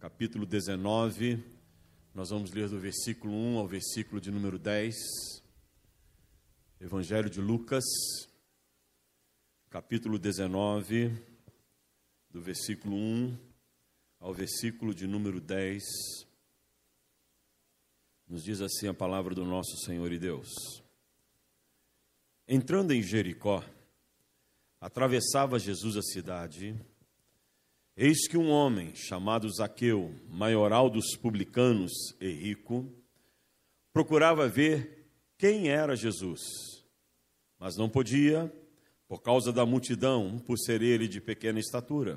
capítulo 19, nós vamos ler do versículo 1 ao versículo de número 10, Evangelho de Lucas, capítulo 19, do versículo 1 ao versículo de número 10, nos diz assim a palavra do nosso Senhor e Deus. Entrando em Jericó, atravessava Jesus a cidade. Eis que um homem chamado Zaqueu, maioral dos publicanos e rico, procurava ver quem era Jesus, mas não podia, por causa da multidão, por ser ele de pequena estatura.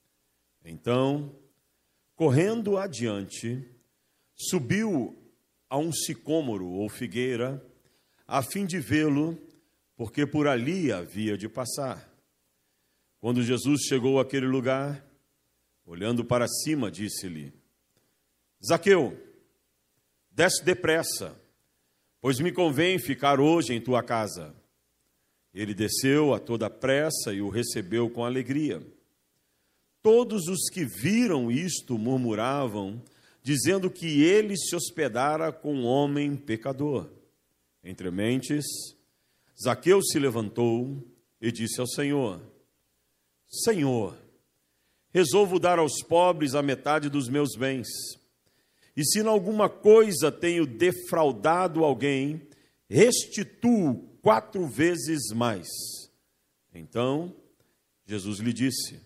Então, correndo adiante, subiu a um sicômoro ou figueira, a fim de vê-lo, porque por ali havia de passar. Quando Jesus chegou àquele lugar, olhando para cima, disse-lhe: Zaqueu, desce depressa, pois me convém ficar hoje em tua casa. Ele desceu a toda pressa e o recebeu com alegria. Todos os que viram isto murmuravam, dizendo que ele se hospedara com um homem pecador. Entre mentes, Zaqueu se levantou e disse ao Senhor: Senhor, resolvo dar aos pobres a metade dos meus bens. E se em alguma coisa tenho defraudado alguém, restituo 4 vezes mais. Então, Jesus lhe disse: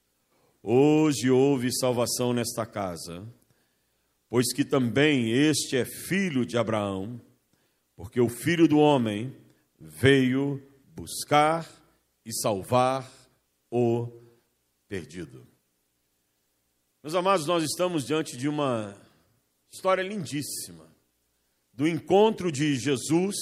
Hoje houve salvação nesta casa, pois que também este é filho de Abraão, porque o Filho do Homem veio buscar e salvar o perdido. Meus amados, nós estamos diante de uma história lindíssima, do encontro de Jesus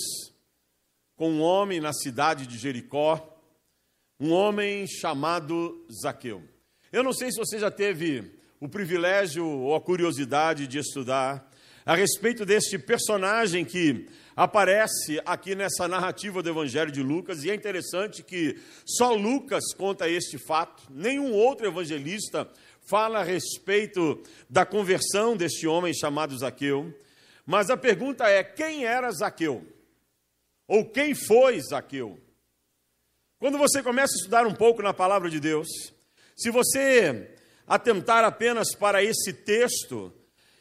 com um homem na cidade de Jericó, um homem chamado Zaqueu. Eu não sei se você já teve o privilégio ou a curiosidade de estudar a respeito deste personagem que aparece aqui nessa narrativa do Evangelho de Lucas, e é interessante que só Lucas conta este fato, nenhum outro evangelista fala a respeito da conversão deste homem chamado Zaqueu. Mas a pergunta é: quem era Zaqueu? Ou quem foi Zaqueu? Quando você começa a estudar um pouco na palavra de Deus, se você atentar apenas para esse texto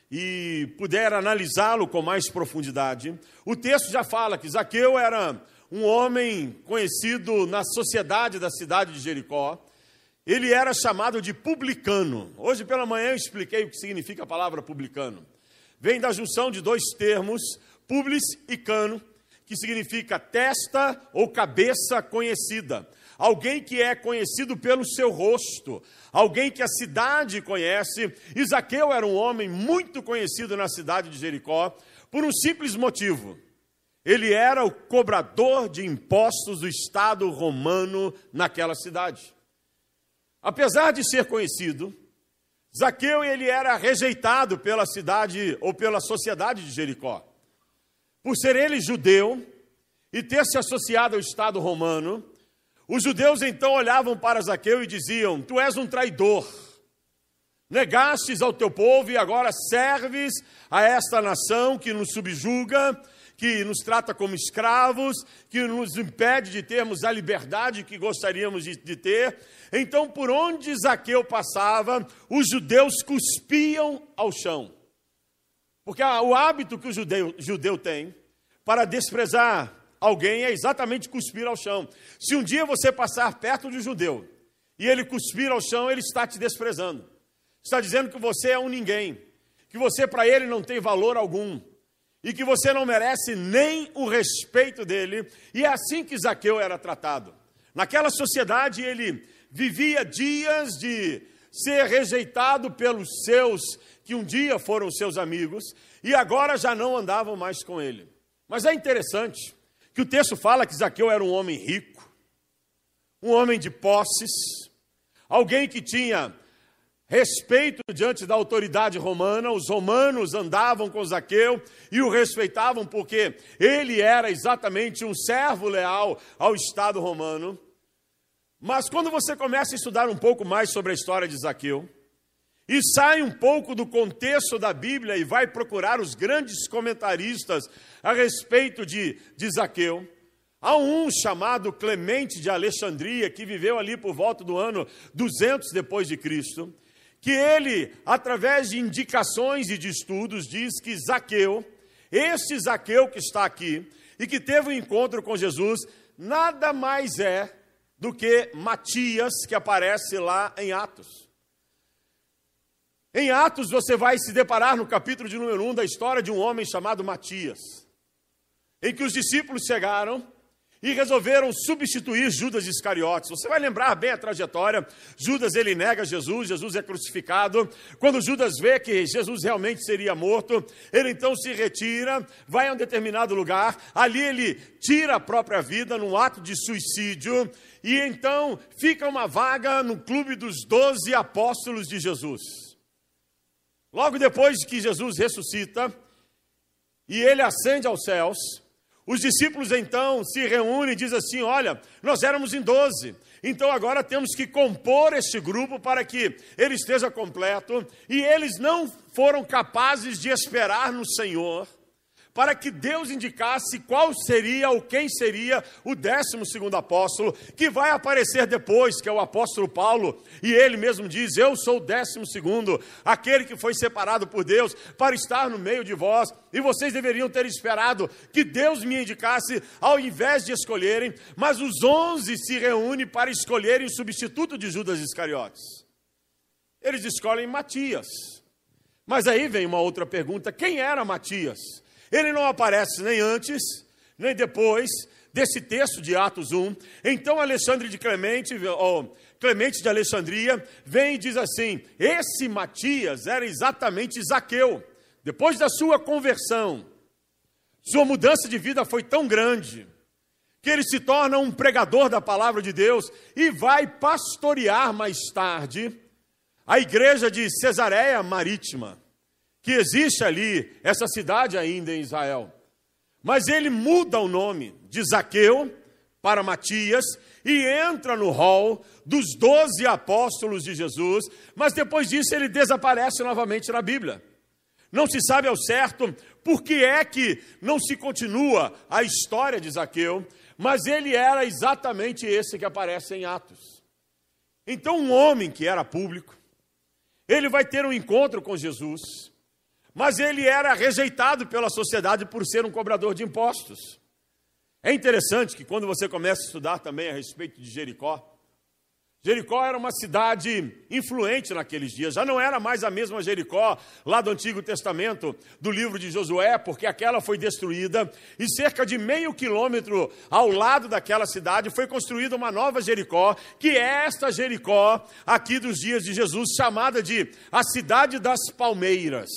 e puder analisá-lo com mais profundidade, o texto já fala que Zaqueu era um homem conhecido na sociedade da cidade de Jericó. Ele era chamado de publicano. Hoje pela manhã eu expliquei o que significa a palavra publicano. Vem da junção de 2 termos, publis e cano, que significa testa ou cabeça conhecida. Alguém que é conhecido pelo seu rosto, alguém que a cidade conhece. E Zaqueu era um homem muito conhecido na cidade de Jericó por um simples motivo: ele era o cobrador de impostos do Estado romano naquela cidade. Apesar de ser conhecido, Zaqueu ele era rejeitado pela cidade ou pela sociedade de Jericó. Por ser ele judeu e ter se associado ao Estado romano, os judeus então olhavam para Zaqueu e diziam: Tu és um traidor, negastes ao teu povo e agora serves a esta nação que nos subjuga, que nos trata como escravos, que nos impede de termos a liberdade que gostaríamos de ter. Então, por onde Zaqueu passava, os judeus cuspiam ao chão. Porque o hábito que o judeu tem para desprezar alguém é exatamente cuspir ao chão. Se um dia você passar perto de um judeu e ele cuspir ao chão, ele está te desprezando. Está dizendo que você é um ninguém, que você para ele não tem valor algum, e que você não merece nem o respeito dele. E é assim que Zaqueu era tratado. Naquela sociedade ele vivia dias de ser rejeitado pelos seus, que um dia foram seus amigos, e agora já não andavam mais com ele. Mas é interessante que o texto fala que Zaqueu era um homem rico, um homem de posses, alguém que tinha respeito diante da autoridade romana. Os romanos andavam com Zaqueu e o respeitavam porque ele era exatamente um servo leal ao Estado romano. Mas quando você começa a estudar um pouco mais sobre a história de Zaqueu, e sai um pouco do contexto da Bíblia e vai procurar os grandes comentaristas a respeito de Zaqueu. Há um chamado Clemente de Alexandria, que viveu ali por volta do ano 200 depois de Cristo, que ele, através de indicações e de estudos, diz que Zaqueu, este Zaqueu que está aqui, e que teve um encontro com Jesus, nada mais é do que Matias, que aparece lá em Atos. Em Atos você vai se deparar no capítulo de número 1 da história de um homem chamado Matias, em que os discípulos chegaram e resolveram substituir Judas Iscariotes. Você vai lembrar bem a trajetória. Judas, ele nega Jesus, Jesus é crucificado. Quando Judas vê que Jesus realmente seria morto, ele então se retira, vai a um determinado lugar, ali ele tira a própria vida num ato de suicídio, e então fica uma vaga no clube dos 12 apóstolos de Jesus. Logo depois que Jesus ressuscita e ele ascende aos céus, os discípulos então se reúnem e dizem assim: olha, nós éramos em 12, então agora temos que compor este grupo para que ele esteja completo. E eles não foram capazes de esperar no Senhor para que Deus indicasse qual seria ou quem seria o 12º apóstolo, que vai aparecer depois, que é o apóstolo Paulo, e ele mesmo diz: eu sou o 12º, aquele que foi separado por Deus para estar no meio de vós, e vocês deveriam ter esperado que Deus me indicasse ao invés de escolherem. Mas os 11 se reúnem para escolherem o substituto de Judas Iscariotes. Eles escolhem Matias. Mas aí vem uma outra pergunta: quem era Matias? Ele não aparece nem antes, nem depois desse texto de Atos 1. Então Clemente de Alexandria vem e diz assim: esse Matias era exatamente Zaqueu. Depois da sua conversão, sua mudança de vida foi tão grande que ele se torna um pregador da palavra de Deus e vai pastorear mais tarde a igreja de Cesareia Marítima, que existe ali, essa cidade ainda em Israel. Mas ele muda o nome de Zaqueu para Matias e entra no rol dos 12 apóstolos de Jesus, mas depois disso ele desaparece novamente na Bíblia. Não se sabe ao certo por que é que não se continua a história de Zaqueu, mas ele era exatamente esse que aparece em Atos. Então um homem que era público, ele vai ter um encontro com Jesus, mas ele era rejeitado pela sociedade por ser um cobrador de impostos. É interessante que quando você começa a estudar também a respeito de Jericó, Jericó era uma cidade influente naqueles dias. Já não era mais a mesma Jericó lá do Antigo Testamento, do livro de Josué, porque aquela foi destruída, e cerca de meio quilômetro ao lado daquela cidade foi construída uma nova Jericó, que é esta Jericó aqui dos dias de Jesus, chamada de a Cidade das Palmeiras.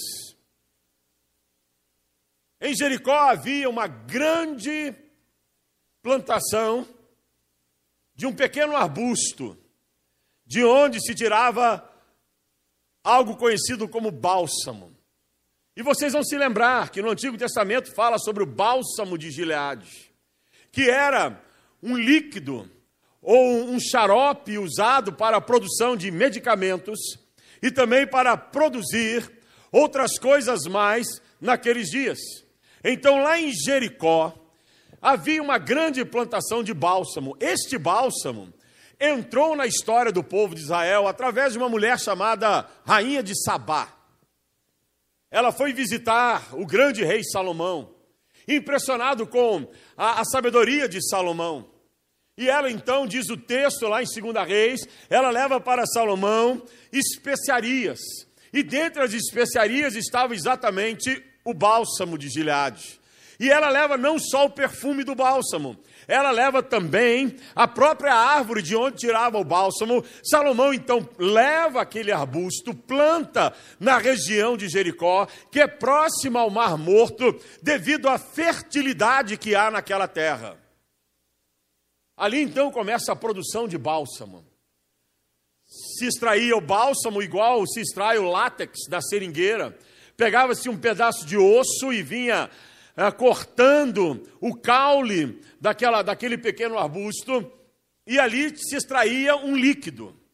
Em Jericó havia uma grande plantação de um pequeno arbusto, de onde se tirava algo conhecido como bálsamo. E vocês vão se lembrar que no Antigo Testamento fala sobre o bálsamo de Gileade, que era um líquido ou um xarope usado para a produção de medicamentos e também para produzir outras coisas mais naqueles dias. Então, lá em Jericó, havia uma grande plantação de bálsamo. Este bálsamo entrou na história do povo de Israel através de uma mulher chamada Rainha de Sabá. Ela foi visitar o grande rei Salomão, impressionado com a sabedoria de Salomão. E ela então, diz o texto lá em 2 Reis, ela leva para Salomão especiarias. E dentre as especiarias estava exatamente o bálsamo de Gileade. E ela leva não só o perfume do bálsamo, ela leva também a própria árvore de onde tirava o bálsamo. Salomão então leva aquele arbusto, planta na região de Jericó, que é próxima ao Mar Morto, devido à fertilidade que há naquela terra. Ali então começa a produção de bálsamo. Se extraía o bálsamo igual se extrai o látex da seringueira. Pegava-se um pedaço de osso e vinha cortando o caule daquele pequeno arbusto, e ali se extraía um líquido.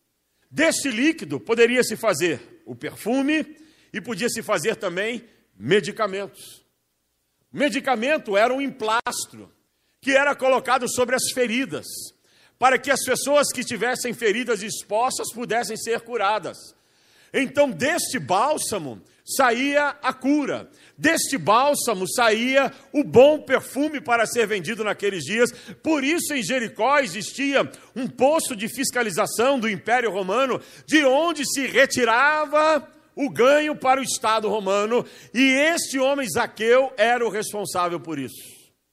Deste líquido poderia-se fazer o perfume e podia-se fazer também medicamentos. O medicamento era um emplastro que era colocado sobre as feridas, para que as pessoas que tivessem feridas expostas pudessem ser curadas. Então, deste bálsamo saía a cura. Deste bálsamo saía o bom perfume para ser vendido naqueles dias. Por isso, em Jericó existia um posto de fiscalização do Império Romano, de onde se retirava o ganho para o Estado romano. E este homem, Zaqueu, era o responsável por isso.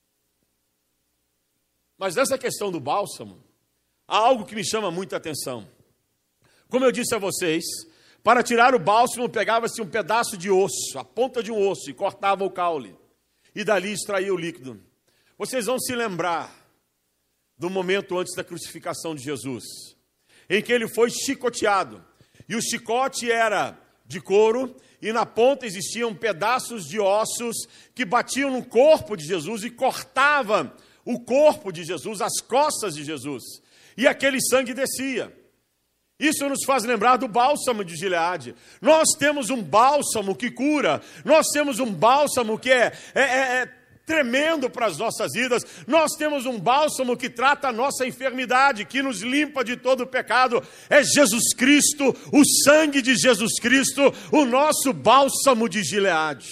Mas nessa questão do bálsamo, há algo que me chama muita atenção. Como eu disse a vocês, para tirar o bálsamo, pegava-se um pedaço de osso, a ponta de um osso, e cortava o caule. E dali extraía o líquido. Vocês vão se lembrar do momento antes da crucificação de Jesus, em que ele foi chicoteado. E o chicote era de couro, e na ponta existiam pedaços de ossos que batiam no corpo de Jesus e cortavam o corpo de Jesus, as costas de Jesus. E aquele sangue descia. Isso nos faz lembrar do bálsamo de Gileade. Nós temos um bálsamo que cura, nós temos um bálsamo que é tremendo para as nossas vidas, nós temos um bálsamo que trata a nossa enfermidade, que nos limpa de todo o pecado. É Jesus Cristo, o sangue de Jesus Cristo, o nosso bálsamo de Gileade.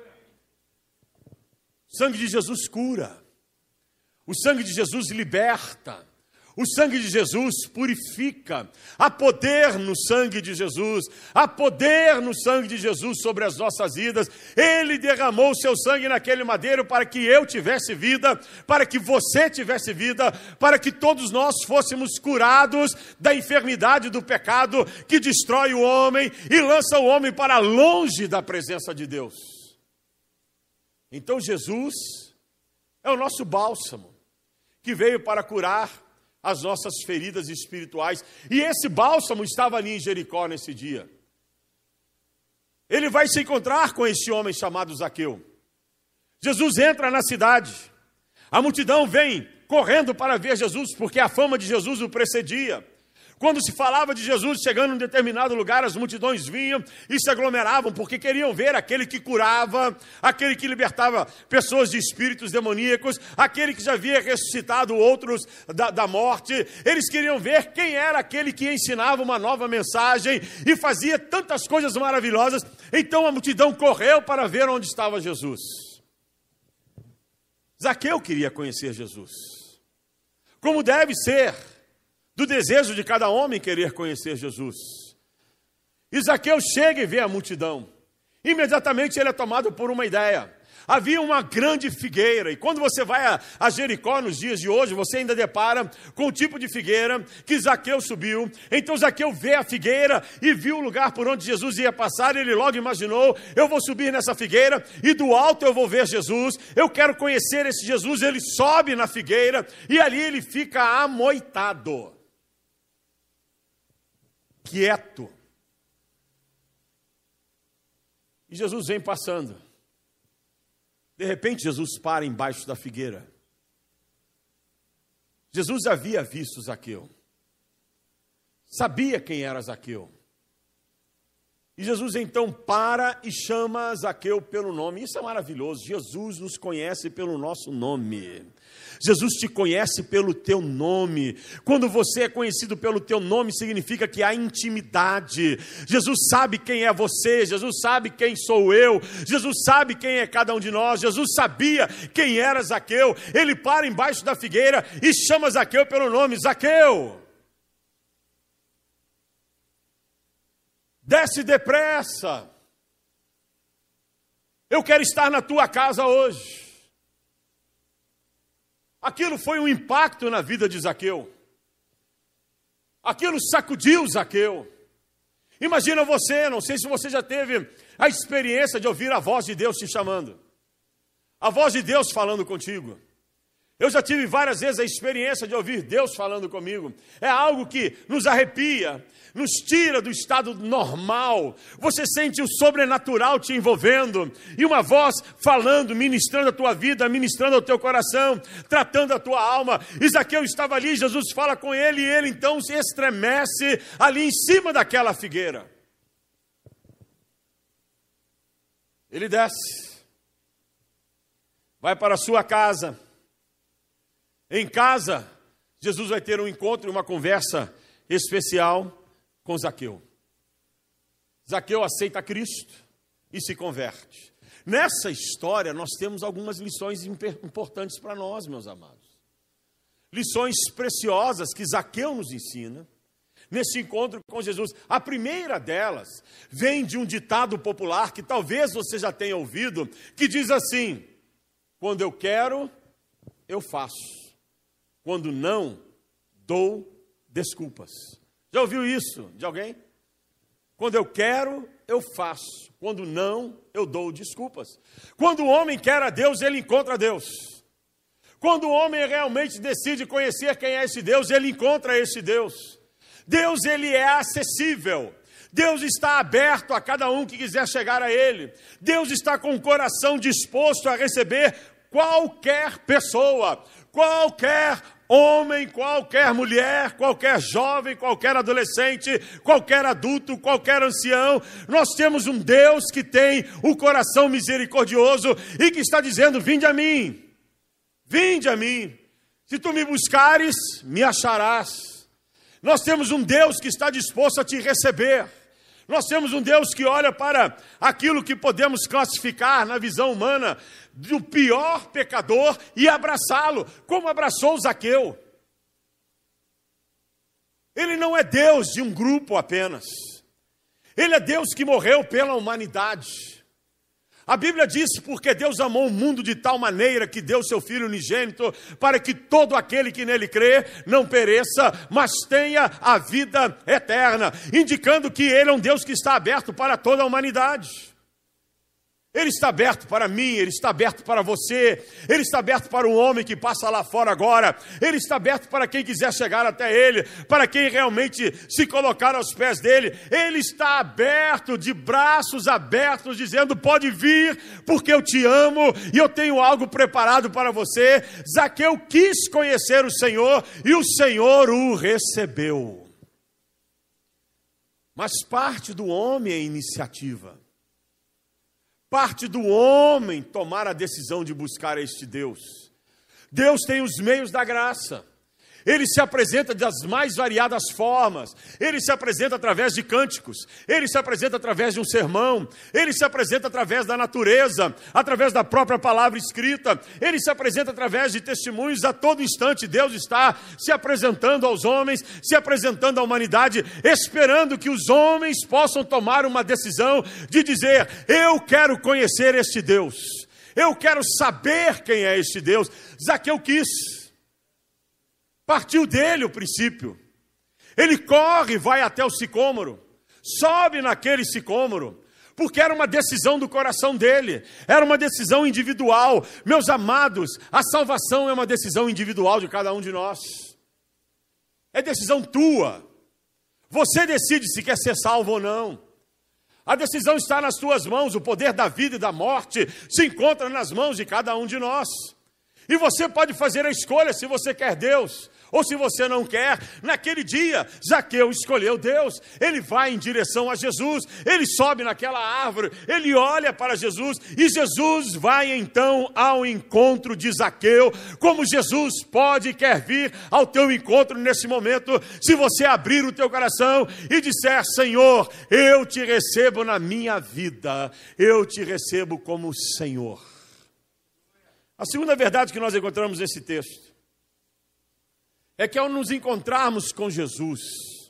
O sangue de Jesus cura, o sangue de Jesus liberta, o sangue de Jesus purifica. Há poder no sangue de Jesus. Há poder no sangue de Jesus sobre as nossas vidas. Ele derramou o seu sangue naquele madeiro para que eu tivesse vida, para que você tivesse vida, para que todos nós fôssemos curados da enfermidade do pecado que destrói o homem e lança o homem para longe da presença de Deus. Então Jesus é o nosso bálsamo, que veio para curar as nossas feridas espirituais. E esse bálsamo estava ali em Jericó nesse dia. Ele vai se encontrar com este homem chamado Zaqueu. Jesus entra na cidade. A multidão vem correndo para ver Jesus, porque a fama de Jesus o precedia. Quando se falava de Jesus chegando em um determinado lugar, as multidões vinham e se aglomeravam, porque queriam ver aquele que curava, aquele que libertava pessoas de espíritos demoníacos, aquele que já havia ressuscitado outros da morte. Eles queriam ver quem era aquele que ensinava uma nova mensagem e fazia tantas coisas maravilhosas. Então a multidão correu para ver onde estava Jesus. Zaqueu queria conhecer Jesus, como deve ser do desejo de cada homem querer conhecer Jesus. E Zaqueu chega e vê a multidão. Imediatamente ele é tomado por uma ideia. Havia uma grande figueira, e quando você vai a Jericó nos dias de hoje, você ainda depara com o tipo de figueira que Zaqueu subiu. Então Zaqueu vê a figueira e viu o lugar por onde Jesus ia passar, e ele logo imaginou: eu vou subir nessa figueira e do alto eu vou ver Jesus, eu quero conhecer esse Jesus. Ele sobe na figueira e ali ele fica amoitado, quieto. E Jesus vem passando. De repente, Jesus para embaixo da figueira. Jesus havia visto Zaqueu. Sabia quem era Zaqueu. E Jesus então para e chama Zaqueu pelo nome. Isso é maravilhoso. Jesus nos conhece pelo nosso nome. Jesus te conhece pelo teu nome. Quando você é conhecido pelo teu nome, significa que há intimidade. Jesus sabe quem é você, Jesus sabe quem sou eu, Jesus sabe quem é cada um de nós. Jesus sabia quem era Zaqueu. Ele para embaixo da figueira e chama Zaqueu pelo nome: Zaqueu, desce depressa, eu quero estar na tua casa hoje. Aquilo foi um impacto na vida de Zaqueu. Aquilo sacudiu Zaqueu. Imagina você, não sei se você já teve a experiência de ouvir a voz de Deus te chamando. A voz de Deus falando contigo. Eu já tive várias vezes a experiência de ouvir Deus falando comigo. É algo que nos arrepia, nos tira do estado normal. Você sente o sobrenatural te envolvendo, e uma voz falando, ministrando a tua vida, ministrando ao teu coração, tratando a tua alma. E Zaqueu estava ali, Jesus fala com ele, e ele então se estremece ali em cima daquela figueira. Ele desce, vai para a sua casa. Em casa, Jesus vai ter um encontro e uma conversa especial com Zaqueu. Zaqueu aceita Cristo e se converte. Nessa história, nós temos algumas lições importantes para nós, meus amados. Lições preciosas que Zaqueu nos ensina nesse encontro com Jesus. A primeira delas vem de um ditado popular que talvez você já tenha ouvido, que diz assim: quando eu quero, eu faço. Quando não, dou desculpas. Já ouviu isso de alguém? Quando eu quero, eu faço. Quando não, eu dou desculpas. Quando o homem quer a Deus, ele encontra Deus. Quando o homem realmente decide conhecer quem é esse Deus, ele encontra esse Deus. Deus, ele é acessível. Deus está aberto a cada um que quiser chegar a ele. Deus está com o coração disposto a receber qualquer pessoa, qualquer homem, qualquer mulher, qualquer jovem, qualquer adolescente, qualquer adulto, qualquer ancião. Nós temos um Deus que tem o coração misericordioso e que está dizendo: vinde a mim, vinde a mim. Se tu me buscares, me acharás. Nós temos um Deus que está disposto a te receber. Nós temos um Deus que olha para aquilo que podemos classificar na visão humana do pior pecador e abraçá-lo, como abraçou Zaqueu. Ele não é Deus de um grupo apenas. Ele é Deus que morreu pela humanidade. A Bíblia diz: porque Deus amou o mundo de tal maneira que deu seu Filho unigênito, para que todo aquele que nele crê não pereça, mas tenha a vida eterna, indicando que ele é um Deus que está aberto para toda a humanidade. Ele está aberto para mim, ele está aberto para você, ele está aberto para o homem que passa lá fora agora, ele está aberto para quem quiser chegar até ele, para quem realmente se colocar aos pés dele. Ele está aberto, de braços abertos, dizendo: pode vir, porque eu te amo e eu tenho algo preparado para você. Zaqueu quis conhecer o Senhor e o Senhor o recebeu. Mas parte do homem é iniciativa. Parte do homem tomar a decisão de buscar este Deus. Deus tem os meios da graça. Ele se apresenta das mais variadas formas. Ele se apresenta através de cânticos. Ele se apresenta através de um sermão. Ele se apresenta através da natureza, através da própria palavra escrita. Ele se apresenta através de testemunhos. A todo instante Deus está se apresentando aos homens, se apresentando à humanidade, esperando que os homens possam tomar uma decisão de dizer: eu quero conhecer este Deus. Eu quero saber quem é este Deus. Zaqueu quis. Partiu dele o princípio. Ele corre, vai até o sicômoro, sobe naquele sicômoro, porque era uma decisão do coração dele, era uma decisão individual. Meus amados, a salvação é uma decisão individual de cada um de nós. É decisão tua. Você decide se quer ser salvo ou não. A decisão está nas tuas mãos. O poder da vida e da morte se encontra nas mãos de cada um de nós. E você pode fazer a escolha se você quer Deus ou se você não quer. Naquele dia, Zaqueu escolheu Deus. Ele vai em direção a Jesus, ele sobe naquela árvore, ele olha para Jesus, e Jesus vai então ao encontro de Zaqueu, como Jesus pode e quer vir ao teu encontro nesse momento, se você abrir o teu coração e disser: Senhor, eu te recebo na minha vida, eu te recebo como Senhor. A segunda verdade que nós encontramos nesse texto é que ao nos encontrarmos com Jesus,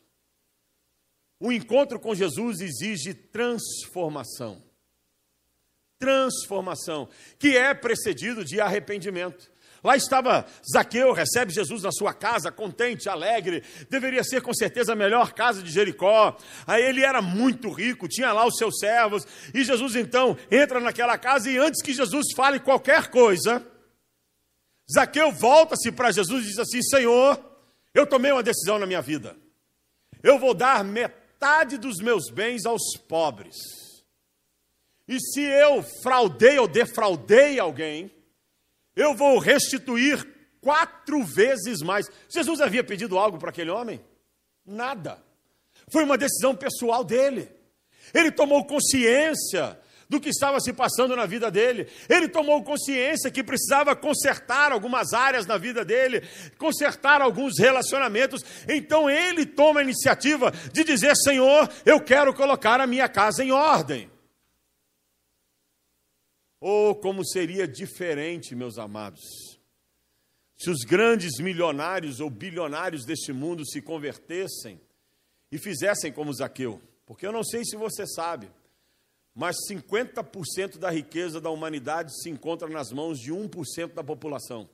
o encontro com Jesus exige transformação. Transformação, que é precedido de arrependimento. Lá estava Zaqueu, recebe Jesus na sua casa, contente, alegre. Deveria ser com certeza a melhor casa de Jericó. Aí ele era muito rico, tinha lá os seus servos. E Jesus então entra naquela casa, e antes que Jesus fale qualquer coisa, Zaqueu volta-se para Jesus e diz assim: Senhor, eu tomei uma decisão na minha vida. Eu vou dar metade dos meus bens aos pobres. E se eu fraudei ou defraudei alguém, eu vou restituir 4 vezes mais. Jesus havia pedido algo para aquele homem? Nada. Foi uma decisão pessoal dele. Ele tomou consciência do que estava se passando na vida dele. Ele tomou consciência que precisava consertar algumas áreas na vida dele, consertar alguns relacionamentos. Então ele toma a iniciativa de dizer: Senhor, eu quero colocar a minha casa em ordem. Oh, como seria diferente, meus amados, se os grandes milionários ou bilionários deste mundo se convertessem e fizessem como Zaqueu. Porque eu não sei se você sabe, mas 50% da riqueza da humanidade se encontra nas mãos de 1% da população.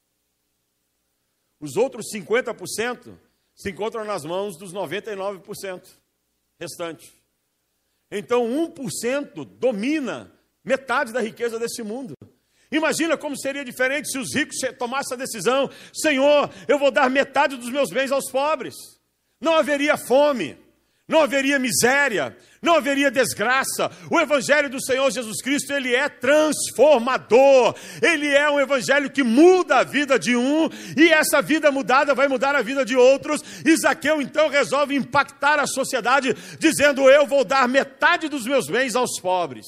Os outros 50% se encontram nas mãos dos 99% restantes. Então 1% domina metade da riqueza desse mundo. Imagina como seria diferente se os ricos tomassem a decisão: Senhor, eu vou dar metade dos meus bens aos pobres. Não haveria fome, não haveria miséria, não haveria desgraça. O evangelho do Senhor Jesus Cristo, ele é transformador. Ele é um evangelho que muda a vida de um, e essa vida mudada vai mudar a vida de outros. E Zaqueu então resolve impactar a sociedade, dizendo: eu vou dar metade dos meus bens aos pobres.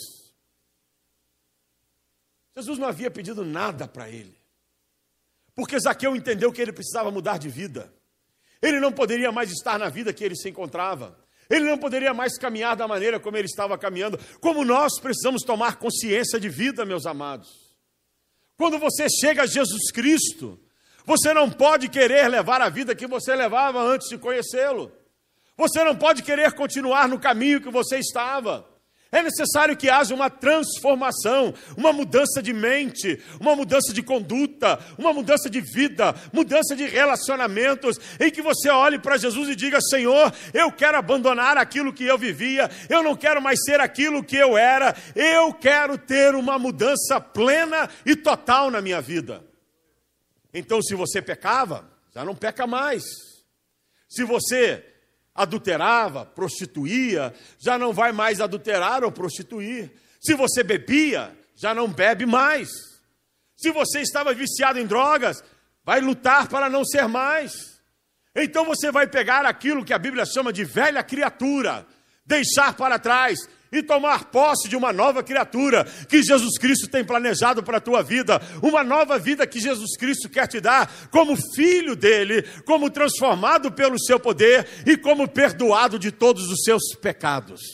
Jesus não havia pedido nada para ele, porque Zaqueu entendeu que ele precisava mudar de vida. Ele não poderia mais estar na vida que ele se encontrava. Ele não poderia mais caminhar da maneira como ele estava caminhando. Como nós precisamos tomar consciência de vida, meus amados. Quando você chega a Jesus Cristo, você não pode querer levar a vida que você levava antes de conhecê-lo. Você não pode querer continuar no caminho que você estava. É necessário que haja uma transformação, uma mudança de mente, uma mudança de conduta, uma mudança de vida, mudança de relacionamentos, em que você olhe para Jesus e diga: Senhor, eu quero abandonar aquilo que eu vivia, eu não quero mais ser aquilo que eu era, eu quero ter uma mudança plena e total na minha vida. Então, se você pecava, já não peca mais. Se você adulterava, prostituía, já não vai mais adulterar ou prostituir. Se você bebia, já não bebe mais. Se você estava viciado em drogas, vai lutar para não ser mais. Então você vai pegar aquilo que a Bíblia chama de velha criatura, deixar para trás e tomar posse de uma nova criatura que Jesus Cristo tem planejado para a tua vida, uma nova vida que Jesus Cristo quer te dar como filho dele, como transformado pelo seu poder e como perdoado de todos os seus pecados.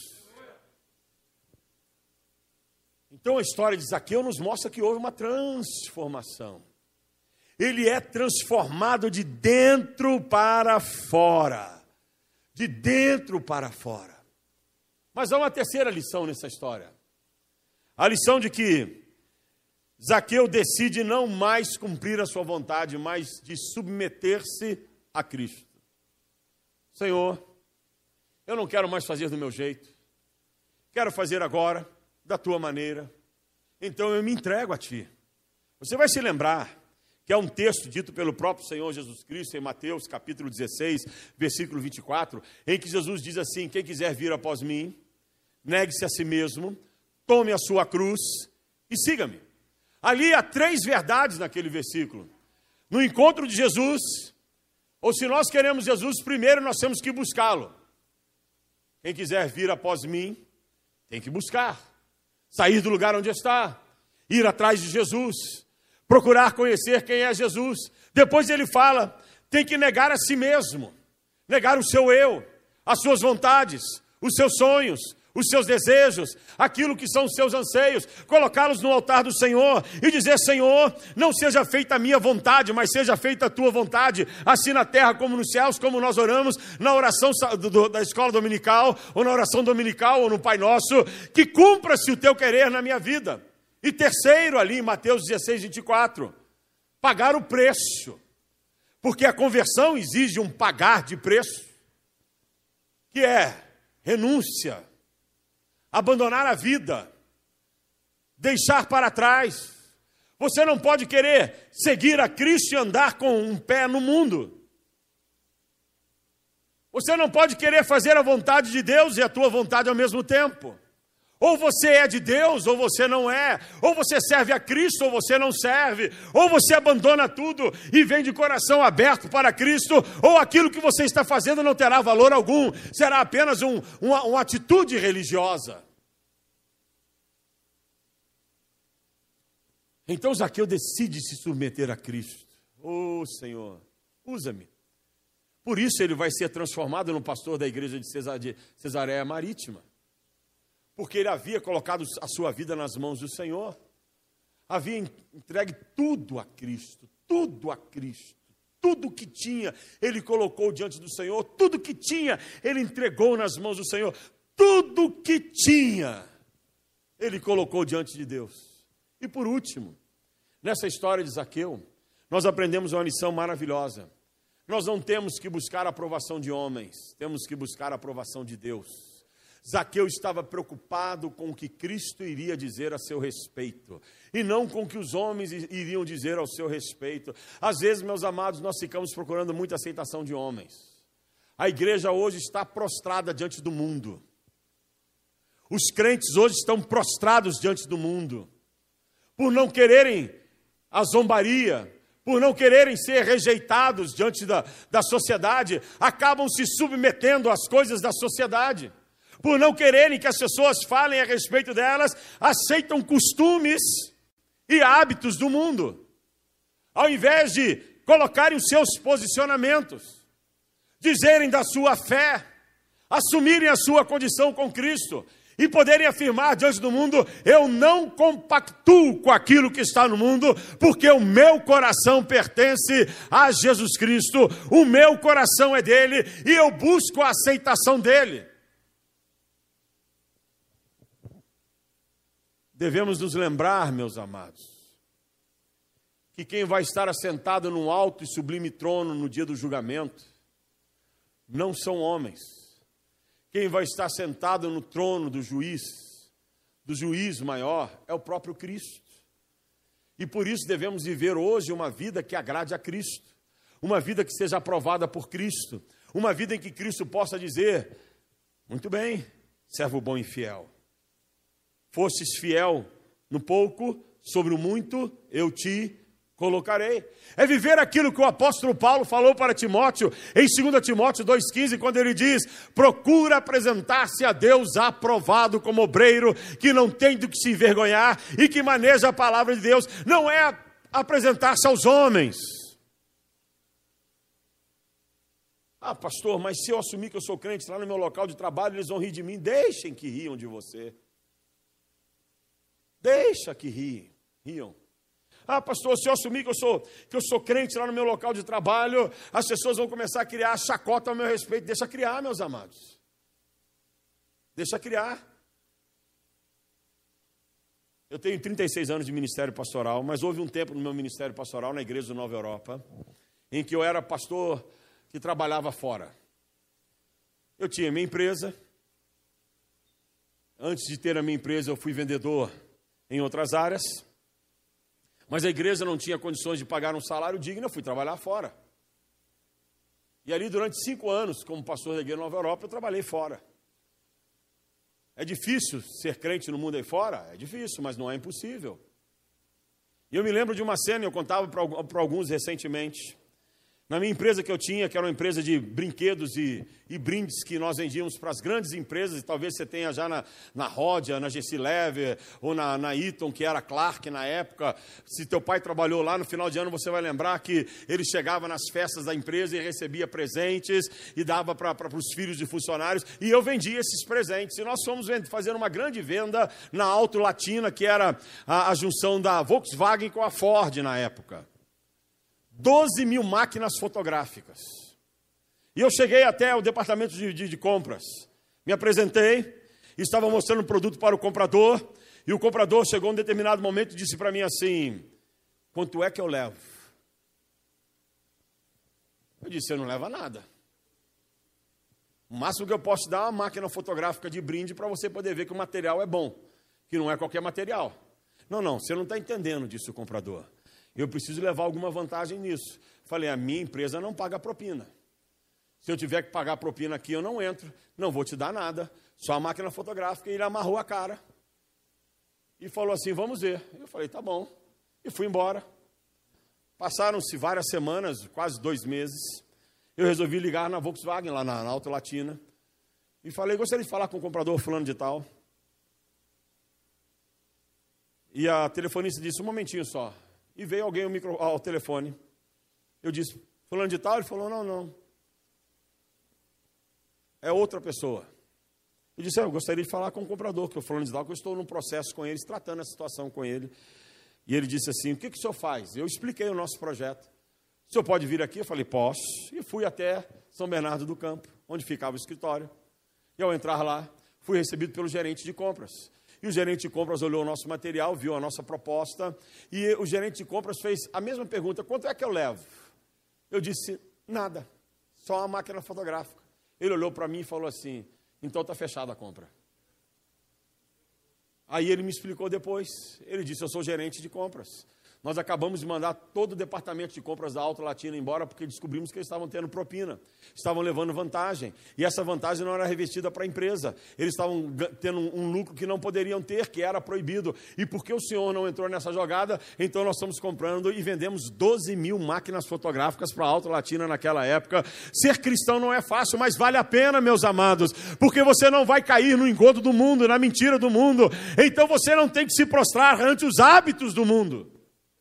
Então a história de Zaqueu nos mostra que houve uma transformação. Ele é transformado de dentro para fora, de dentro para fora. Mas há uma terceira lição nessa história. A lição de que Zaqueu decide não mais cumprir a sua vontade, mas de submeter-se a Cristo. Senhor, eu não quero mais fazer do meu jeito. Quero fazer agora da tua maneira. Então eu me entrego a ti. Você vai se lembrar que é um texto dito pelo próprio Senhor Jesus Cristo em Mateus capítulo 16, versículo 24, em que Jesus diz assim: quem quiser vir após mim, negue-se a si mesmo, tome a sua cruz e siga-me. Ali há 3 verdades naquele versículo. No encontro de Jesus, ou se nós queremos Jesus, primeiro nós temos que buscá-lo. Quem quiser vir após mim, tem que buscar. Sair do lugar onde está, ir atrás de Jesus, procurar conhecer quem é Jesus. Depois ele fala, tem que negar a si mesmo, negar o seu eu, as suas vontades, os seus sonhos, os seus desejos, aquilo que são os seus anseios, colocá-los no altar do Senhor e dizer: Senhor, não seja feita a minha vontade, mas seja feita a tua vontade, assim na terra como nos céus, como nós oramos na oração da escola dominical, ou na oração dominical, ou no Pai Nosso, que cumpra-se o teu querer na minha vida. E terceiro, ali em Mateus 16, 24, pagar o preço, porque a conversão exige um pagar de preço, que é renúncia, abandonar a vida, deixar para trás, Você não pode querer seguir a Cristo e andar com um pé no mundo. Você não pode querer fazer a vontade de Deus e a tua vontade ao mesmo tempo. Ou você é de Deus, ou você não é. Ou você serve a Cristo, ou você não serve. Ou você abandona tudo e vem de coração aberto para Cristo, ou aquilo que você está fazendo não terá valor algum. Será apenas uma atitude religiosa. Então Zaqueu decide se submeter a Cristo. Oh, Senhor, usa-me. Por isso ele vai ser transformado no pastor da igreja de Cesareia Marítima. Porque ele havia colocado a sua vida nas mãos do Senhor. Havia entregue tudo a Cristo, tudo a Cristo. Tudo que tinha, ele colocou diante do Senhor. Tudo que tinha, ele entregou nas mãos do Senhor. Tudo que tinha, ele colocou diante de Deus. E por último, nessa história de Zaqueu, nós aprendemos uma lição maravilhosa. Nós não temos que buscar a aprovação de homens, temos que buscar a aprovação de Deus. Zaqueu estava preocupado com o que Cristo iria dizer a seu respeito, e não com o que os homens iriam dizer ao seu respeito. Às vezes, meus amados, nós ficamos procurando muita aceitação de homens. A igreja hoje está prostrada diante do mundo. Os crentes hoje estão prostrados diante do mundo. Por não quererem a zombaria, por não quererem ser rejeitados diante da sociedade, acabam se submetendo às coisas da sociedade. Por não quererem que as pessoas falem a respeito delas, aceitam costumes e hábitos do mundo, ao invés de colocarem os seus posicionamentos, dizerem da sua fé, assumirem a sua condição com Cristo, e poderem afirmar diante do mundo: eu não compactuo com aquilo que está no mundo, porque o meu coração pertence a Jesus Cristo, o meu coração é dele, e eu busco a aceitação dele. Devemos nos lembrar, meus amados, que quem vai estar assentado num alto e sublime trono no dia do julgamento não são homens. Quem vai estar sentado no trono do juiz maior, é o próprio Cristo. E por isso devemos viver hoje uma vida que agrade a Cristo, uma vida que seja aprovada por Cristo, uma vida em que Cristo possa dizer: muito bem, servo bom e fiel. Fostes fiel no pouco, sobre o muito eu te colocarei. É viver aquilo que o apóstolo Paulo falou para Timóteo, em 2 Timóteo 2,15, quando ele diz: procura apresentar-se a Deus aprovado como obreiro, que não tem do que se envergonhar e que maneja a palavra de Deus. Não é apresentar-se aos homens. Ah, pastor, mas se eu assumir que eu sou crente lá no meu local de trabalho, eles vão rir de mim. Deixem que riam de você. Deixa que riam. Ah, pastor, se eu assumir que eu sou crente lá no meu local de trabalho, as pessoas vão começar a criar chacota ao meu respeito. Deixa criar, meus amados. Deixa criar. Eu tenho 36 anos de ministério pastoral, mas houve um tempo no meu ministério pastoral na igreja do Nova Europa, em que eu era pastor que trabalhava fora. Eu tinha minha empresa. Antes de ter a minha empresa, eu fui vendedor em outras áreas. Mas a igreja não tinha condições de pagar um salário digno, eu fui trabalhar fora. E ali, durante 5 anos, como pastor da igreja Nova Europa, eu trabalhei fora. É difícil ser crente no mundo aí fora? É difícil, mas não é impossível. E eu me lembro de uma cena, eu contava para alguns recentemente. Na minha empresa que eu tinha, que era uma empresa de brinquedos e brindes que nós vendíamos para as grandes empresas, e talvez você tenha já na Rodia, na GC Lever, ou na Eaton, que era Clark na época. Se teu pai trabalhou lá, no final de ano você vai lembrar que ele chegava nas festas da empresa e recebia presentes e dava para os filhos de funcionários, e eu vendia esses presentes. E nós fomos fazendo uma grande venda na Auto Latina, que era a junção da Volkswagen com a Ford na época. 12 mil máquinas fotográficas. E eu cheguei até o departamento de compras. Me apresentei, estava mostrando o produto para o comprador, e o comprador chegou em um determinado momento e disse para mim assim: quanto é que eu levo? Eu disse: você não leva nada. O máximo que eu posso dar é uma máquina fotográfica de brinde para você poder ver que o material é bom, que não é qualquer material. Não, você não está entendendo, disse o comprador. Eu preciso levar alguma vantagem nisso. Falei, a minha empresa não paga propina. Se eu tiver que pagar propina aqui, eu não entro. Não vou te dar nada. Só a máquina fotográfica. E ele amarrou a cara. E falou assim, vamos ver. Eu falei, tá bom. E fui embora. Passaram-se várias semanas, quase 2 meses. Eu resolvi ligar na Volkswagen, lá na Auto Latina. E falei, gostaria de falar com o comprador fulano de tal. E a telefonista disse, um momentinho só. E veio alguém ao telefone. Eu disse, fulano de tal? Ele falou, não. É outra pessoa. Eu disse, eu gostaria de falar com o comprador, que é o fulano de tal, que eu estou num processo com eles, tratando a situação com ele. E ele disse assim, o que o senhor faz? Eu expliquei o nosso projeto. O senhor pode vir aqui? Eu falei, posso. E fui até São Bernardo do Campo, onde ficava o escritório. E ao entrar lá, fui recebido pelo gerente de compras. E o gerente de compras olhou o nosso material, viu a nossa proposta, e o gerente de compras fez a mesma pergunta, quanto é que eu levo? Eu disse, nada, só uma máquina fotográfica. Ele olhou para mim e falou assim, então está fechada a compra. Aí ele me explicou depois, ele disse, eu sou gerente de compras. Nós acabamos de mandar todo o departamento de compras da Auto Latina embora porque descobrimos que eles estavam tendo propina, estavam levando vantagem, e essa vantagem não era revestida para a empresa, eles estavam tendo um lucro que não poderiam ter, que era proibido, e porque o senhor não entrou nessa jogada, então nós estamos comprando e vendemos 12 mil máquinas fotográficas para a Auto Latina naquela época. Ser cristão não é fácil, mas vale a pena, meus amados, porque você não vai cair no engodo do mundo, na mentira do mundo, então você não tem que se prostrar ante os hábitos do mundo.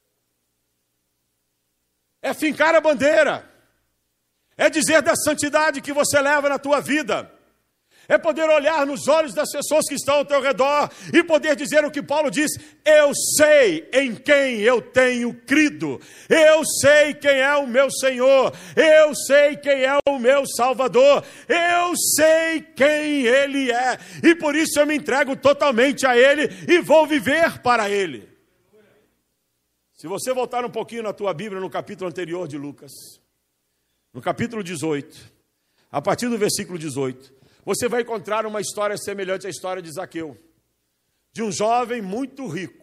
É fincar a bandeira, é dizer da santidade que você leva na tua vida, é poder olhar nos olhos das pessoas que estão ao teu redor e poder dizer o que Paulo diz, eu sei em quem eu tenho crido, eu sei quem é o meu Senhor, eu sei quem é o meu Salvador, eu sei quem Ele é, e por isso eu me entrego totalmente a Ele e vou viver para Ele. Se você voltar um pouquinho na tua Bíblia, no capítulo anterior de Lucas, no capítulo 18, a partir do versículo 18, você vai encontrar uma história semelhante à história de Zaqueu, de um jovem muito rico,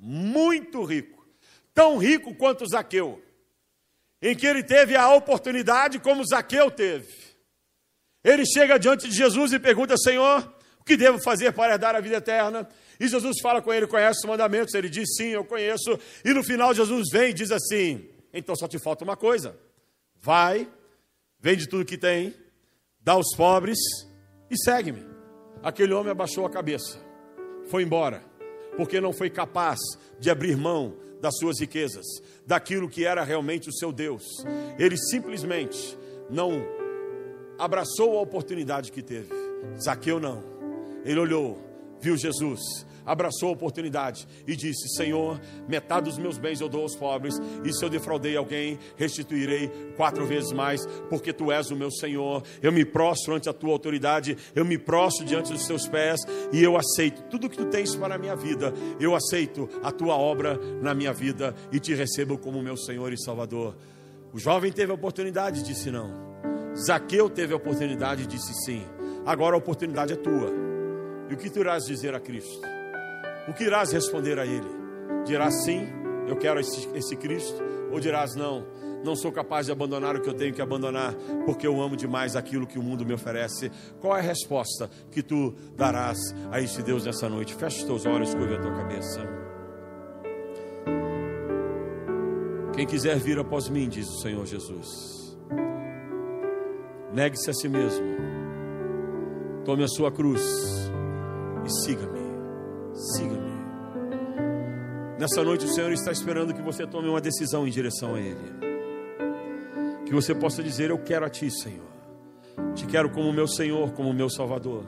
tão rico quanto Zaqueu, em que ele teve a oportunidade como Zaqueu teve. Ele chega diante de Jesus e pergunta, Senhor, o que devo fazer para herdar a vida eterna? E Jesus fala com ele, conhece os mandamentos? Ele diz, sim, eu conheço. E no final Jesus vem e diz assim, então só te falta uma coisa. Vai, vende tudo que tem, dá aos pobres e segue-me. Aquele homem abaixou a cabeça, foi embora, porque não foi capaz de abrir mão das suas riquezas, daquilo que era realmente o seu Deus. Ele simplesmente não abraçou a oportunidade que teve. Zaqueu não. Ele olhou, viu Jesus, abraçou a oportunidade e disse, Senhor, metade dos meus bens eu dou aos pobres, e se eu defraudei alguém, restituirei 4 vezes mais, porque Tu és o meu Senhor. Eu me prostro ante a Tua autoridade, eu me prostro diante dos Teus pés, e eu aceito tudo que Tu tens para a minha vida, eu aceito a Tua obra na minha vida, e Te recebo como meu Senhor e Salvador. O jovem teve a oportunidade e disse não. Zaqueu teve a oportunidade e disse sim. Agora a oportunidade é tua. E o que tu irás dizer a Cristo? O que irás responder a Ele? Dirás sim, eu quero esse Cristo? Ou dirás não sou capaz de abandonar o que eu tenho que abandonar, porque eu amo demais aquilo que o mundo me oferece? Qual é a resposta que tu darás a esse Deus nessa noite? Fecha os teus olhos, curva a tua cabeça. Quem quiser vir após mim, diz o Senhor Jesus, negue-se a si mesmo, tome a sua cruz e siga-me. Nessa noite o Senhor está esperando que você tome uma decisão em direção a Ele, que você possa dizer, eu quero a Ti, Senhor, Te quero como meu Senhor, como meu Salvador.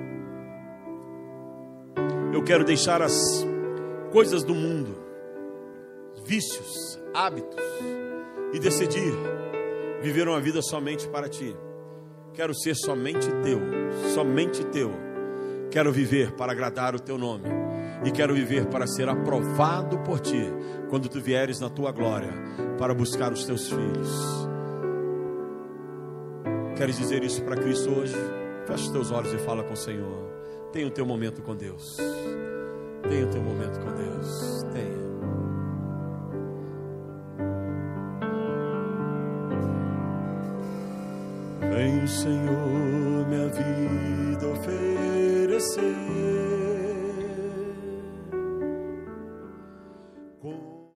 Eu quero deixar as coisas do mundo, vícios, hábitos, e decidir viver uma vida somente para Ti. Quero ser somente Teu. Quero viver para agradar o Teu nome. E quero viver para ser aprovado por Ti, quando Tu vieres na Tua glória, para buscar os Teus filhos. Queres dizer isso para Cristo hoje? Fecha os teus olhos e fala com o Senhor. Tenha o teu momento com Deus. Tenha o teu momento com Deus. Tenha. Vem, Senhor, minha vida oferecer.